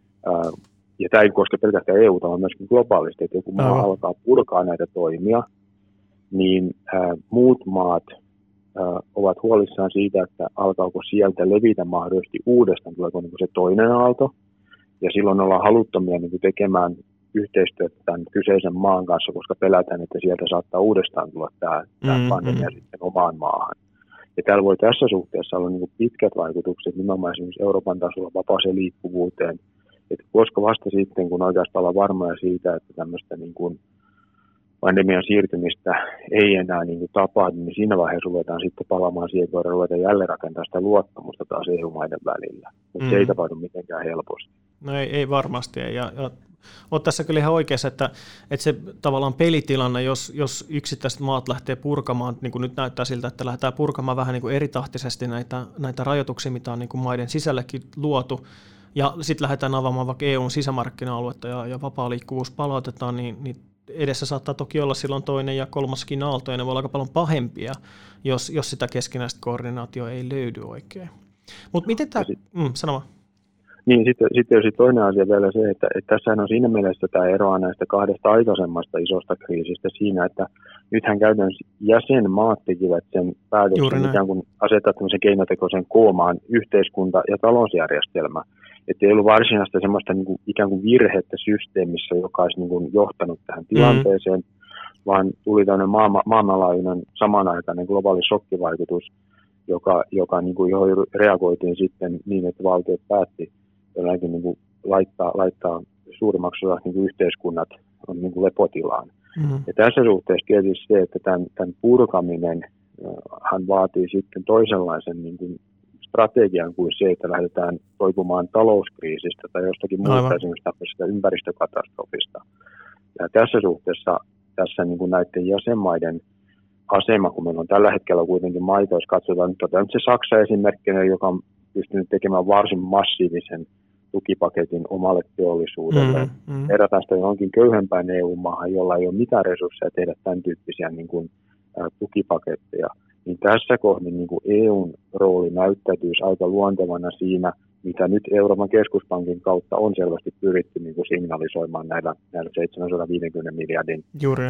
Speaker 3: ja tämä ei koske pelkästään EUta, vaan myöskin globaalisti, että joku maa alkaa purkaa näitä toimia, niin muut maat ovat huolissaan siitä, että alkaako sieltä levitä mahdollisesti uudestaan, tuleeko niin kuin se toinen aalto, ja silloin ollaan haluttomia niin kuin tekemään yhteistyötä tämän kyseisen maan kanssa, koska pelätään, että sieltä saattaa uudestaan tulla tämä pandemia sitten omaan maahan. Ja täällä voi tässä suhteessa olla niin kuin pitkät vaikutukset nimenomaan esimerkiksi Euroopan tasolla vapaaseen liikkuvuuteen, että koska vasta sitten, kun oikeastaan ollaan varmoja siitä, että tämmöistä niin kuin pandemian siirtymistä ei enää niin kuin tapahdu, niin siinä vaiheessa ruvetaan sitten palaamaan siihen, että voidaan ruveta jälleen rakentaa sitä luottamusta taas EU-maiden välillä. Mutta se ei tapahdu mitenkään helposti.
Speaker 1: No ei varmasti. Ja olet tässä kyllä ihan oikeassa, että se tavallaan pelitilanne, jos yksittäiset maat lähtee purkamaan, niin kuin nyt näyttää siltä, että lähdetään purkamaan vähän niin kuin eritahtisesti näitä rajoituksia, mitä on niin kuin maiden sisälläkin luotu, ja sitten lähdetään avaamaan vaikka EUn sisämarkkina-aluetta ja vapaa liikkuvuus palautetaan, niin edessä saattaa toki olla silloin toinen ja kolmaskin aalto, ja ne voi olla aika paljon pahempia, jos sitä keskinäistä koordinaatio ei löydy oikein. Mutta miten tämä... Sano vaan.
Speaker 3: Niin, sitten on toinen asia vielä se, että tässähän on siinä mielessä tämä eroa näistä kahdesta aikaisemmasta isosta kriisistä siinä, että nythän käytännössä jäsenmaat tekivät sen päätöksen ikään kuin asettaa tämmöisen keinotekoisen koomaan yhteiskunta- ja talousjärjestelmä. Että ei ollut varsinaista semmoista niin kuin, ikään kuin virhettä systeemissä, joka olisi niin kuin johtanut tähän tilanteeseen, vaan tuli tämmöinen maailmanlaajuinen samanaikainen globaali shokkivaikutus, joka niin kuin, johon reagoitiin sitten niin, että valtiot päätti jollakin niin kuin laittaa suurimmaksi niin kuin yhteiskunnat on niin kuin lepotilaan. Ja tässä suhteessa tietysti se, että tämän purkaminen hän vaatii sitten toisenlaisen niin kuin strategian kuin se, että lähdetään toipumaan talouskriisistä tai jostakin muusta esimerkiksi tämmöisestä ympäristökatastrofista. Ja tässä suhteessa tässä niin kuin näiden jäsenmaiden asema, kun meillä on tällä hetkellä kuitenkin maita, jos katsotaan nyt se Saksa esimerkkinä, joka on pystynyt tekemään varsin massiivisen tukipaketin omalle teollisuudelle. Verrataan sitä johonkin köyhempään EU-maahan, jolla ei ole mitään resursseja tehdä tämän tyyppisiä niin kuin, tukipaketteja. Niin tässä kohdin niin kuin EUn rooli näyttäytyisi aika luontevana siinä, mitä nyt Euroopan keskuspankin kautta on selvästi pyritty niin kuin signalisoimaan näillä 750 miljardin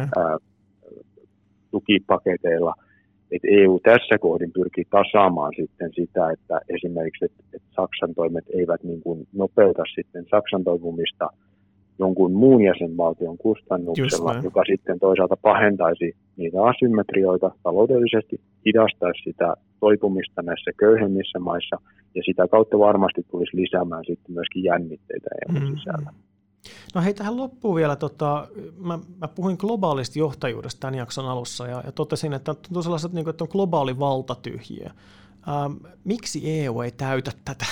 Speaker 3: tukipaketeilla. Että EU tässä kohdin pyrkii tasaamaan sitten sitä, että esimerkiksi että Saksan toimet eivät niin kuin nopeuta sitten Saksan toipumista jonkun muun jäsenvaltion kustannuksella, joka sitten toisaalta pahentaisi niitä asymmetrioita taloudellisesti, hidastaisi sitä toipumista näissä köyhemmissä maissa, ja sitä kautta varmasti tulisi lisäämään sitten myöskin jännitteitä EU:n sisällä.
Speaker 1: No hei, tähän loppuun vielä, mä puhuin globaalista johtajuudesta tämän jakson alussa, ja totesin, että on sellaiset, että on globaali valtatyhjiö. Miksi EU ei täytä tätä?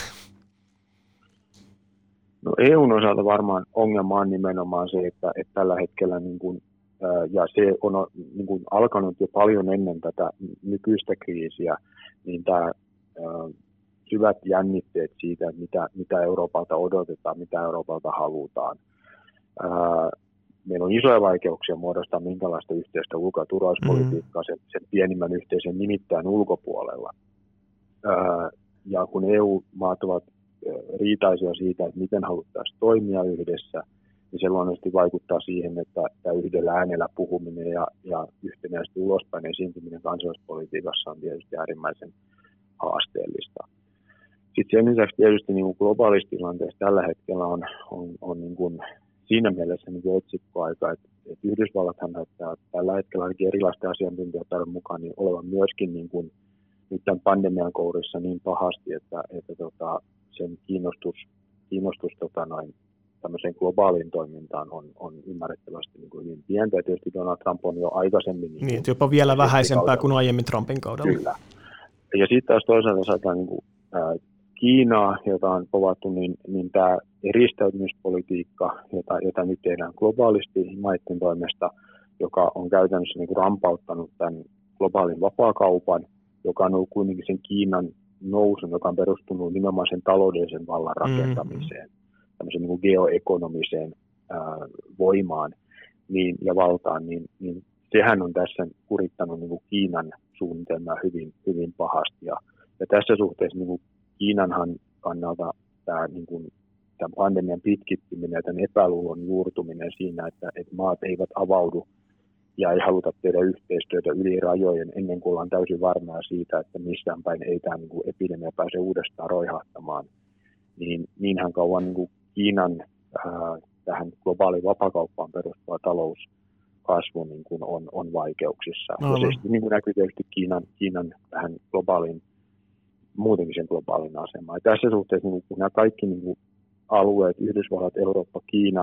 Speaker 3: No EUn osalta varmaan ongelma on nimenomaan se, että tällä hetkellä, niin kuin, ja se on niin kuin alkanut jo paljon ennen tätä nykyistä kriisiä, niin tämä syvät jännitteet siitä, mitä Euroopalta odotetaan, mitä Euroopalta halutaan. Meillä on isoja vaikeuksia muodostaa minkälaista yhteistä ulko- ja turvallisuuspolitiikkaa sen pienimmän yhteisen nimittäin ulkopuolella. Ja kun EU-maat ovat riitaisia siitä, että miten haluttaisiin toimia yhdessä, niin se luonnollisesti vaikuttaa siihen, että tämä yhdellä äänellä puhuminen ja yhtenäisesti ulospäin esiintyminen kansallispolitiikassa on tietysti äärimmäisen haasteellista. Sitten sen lisäksi tietysti niin kuin globaalissa tilanteessa tällä hetkellä on niin kuin siinä mielessä niin kuin otsikkoaika, että Yhdysvallathan näyttää tällä hetkellä ainakin erilaisten asiantuntijoiden mukaan niin olevan myöskin niin kuin nyt tämän pandemian kourissa niin pahasti, että sen kiinnostus tämmöiseen globaaliin toimintaan on ymmärrettävästi niin kuin hyvin pientä. Ja tietysti Donald Trump on jo aikaisemmin
Speaker 1: niin jopa vielä vähäisempää kuin aiemmin Trumpin kaudella.
Speaker 3: Kyllä. Ja sitten taas toisaalta saadaan niin kuin Kiinaa, jota on povattu, niin tämä eristäytymispolitiikka, jota nyt tehdään globaalisti maiden toimesta, joka on käytännössä niin kuin rampauttanut tämän globaalin vapaakaupan, joka on ollut kuitenkin sen Kiinan nousun, joka on perustunut nimenomaan sen taloudellisen vallan rakentamiseen, tämmöisen niin kuin geoekonomiseen voimaan ja valtaan, niin sehän on tässä kurittanut niin kuin Kiinan suunnitelmaa hyvin, hyvin pahasti. Ja tässä suhteessa niin kuin Kiinanhan kannalta niin kuin tämän pandemian pitkittyminen ja tämän epäluulon juurtuminen siinä, että maat eivät avaudu ja ei haluta tehdä yhteistyötä yli rajojen ennen kuin ollaan täysin varmaa siitä, että missään päin ei tämä niin kuin epidemia pääse uudestaan roihahtamaan. Niinhän kauan niin kuin Kiinan tähän globaaliin vapakauppaan perustuva talouskasvu niin kuin on vaikeuksissa. Ja se niin kuin näkyy tietysti Kiinan tähän muutenkin sen globaalin asemaan. Ja tässä suhteessa niin kun nämä kaikki niin kuin alueet, Yhdysvallat, Eurooppa, Kiina,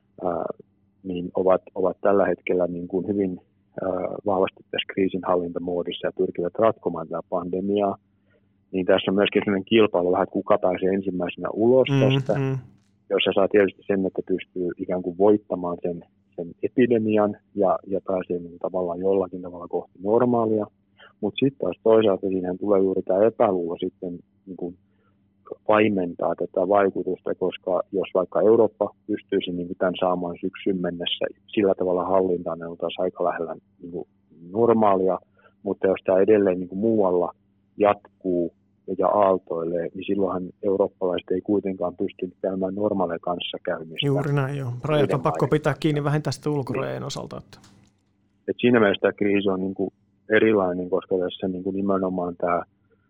Speaker 3: niin ovat tällä hetkellä niin kuin hyvin vahvasti tässä kriisinhallintamoodissa ja pyrkivät ratkomaan tätä pandemiaa. Niin tässä on myöskin sellainen kilpailu vähän, että kuka pääsee ensimmäisenä ulos tästä, jossa saa tietysti sen, että pystyy ikään kuin voittamaan sen epidemian ja pääsee niin tavallaan jollakin tavalla kohti normaalia. Mutta sitten taas toisaalta siihen tulee juuri tämä epäluulo sitten niin kuin paimentaa tätä vaikutusta, koska jos vaikka Eurooppa pystyisi niin kuin tämän saamaan syksyn mennessä sillä tavalla hallintaan, ne oltaisiin aika lähellä niin kuin normaalia, mutta jos tämä edelleen niin kuin muualla jatkuu ja aaltoilee, niin silloinhan eurooppalaiset ei kuitenkaan pysty käymään normaalia kanssakäymistä.
Speaker 1: Juuri näin, joo. Rajat on pakko pitää kiinni vähintään sitten ulkorajojen osalta.
Speaker 3: Et siinä mielessä tämä kriisi on niin kuin erilainen, koska tässä niin kuin nimenomaan tämä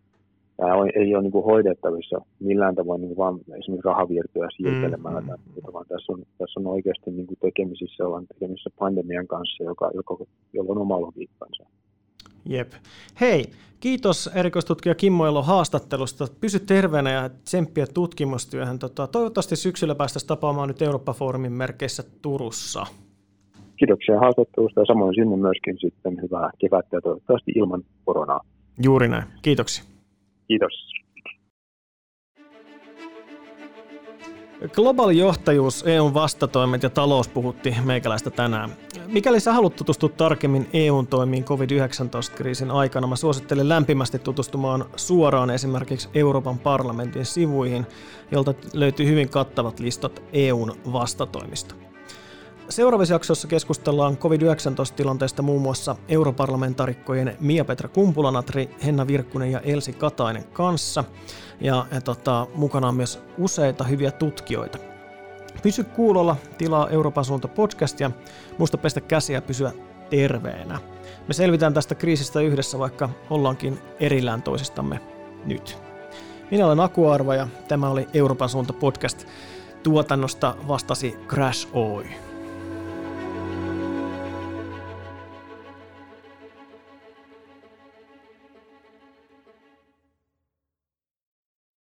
Speaker 3: ei ole niin kuin hoidettavissa millään tavoin niin vaan esimerkiksi rahavirtoja siirtelemällä, vaan tässä on oikeasti niin kuin ollaan tekemisissä pandemian kanssa, jolla on oma logiikkansa.
Speaker 1: Jep. Hei, kiitos erikoistutkija Kimmo Elo haastattelusta. Pysy terveenä ja tsemppiä tutkimustyöhön. Toivottavasti syksyllä päästäisiin tapaamaan nyt Eurooppa-foorumin merkeissä Turussa.
Speaker 3: Kiitoksia haastattelusta ja samoin sinne myöskin sitten hyvää kevättä ja toivottavasti ilman koronaa.
Speaker 1: Juuri näin. Kiitoksia.
Speaker 3: Kiitos.
Speaker 1: Globaali johtajuus, EUn vastatoimet ja talous puhutti meikäläistä tänään. Mikäli sä haluat tutustua tarkemmin EUn toimiin COVID-19-kriisin aikana, mä suosittelen lämpimästi tutustumaan suoraan esimerkiksi Euroopan parlamentin sivuihin, jolta löytyy hyvin kattavat listat EUn vastatoimista. Seuraavassa jaksossa keskustellaan COVID-19-tilanteesta muun muassa europarlamentaarikkojen Mia-Petra Kumpula-Natri, Henna Virkkunen ja Elsi Katainen kanssa. Ja mukana on myös useita hyviä tutkijoita. Pysy kuulolla, tilaa Euroopan suunta podcastia, muista pestä käsiä ja pysyä terveenä. Me selvitään tästä kriisistä yhdessä, vaikka ollaankin erillään toisistamme nyt. Minä olen Aku Arva ja tämä oli Euroopan suunta podcast. Tuotannosta vastasi Crash Oy.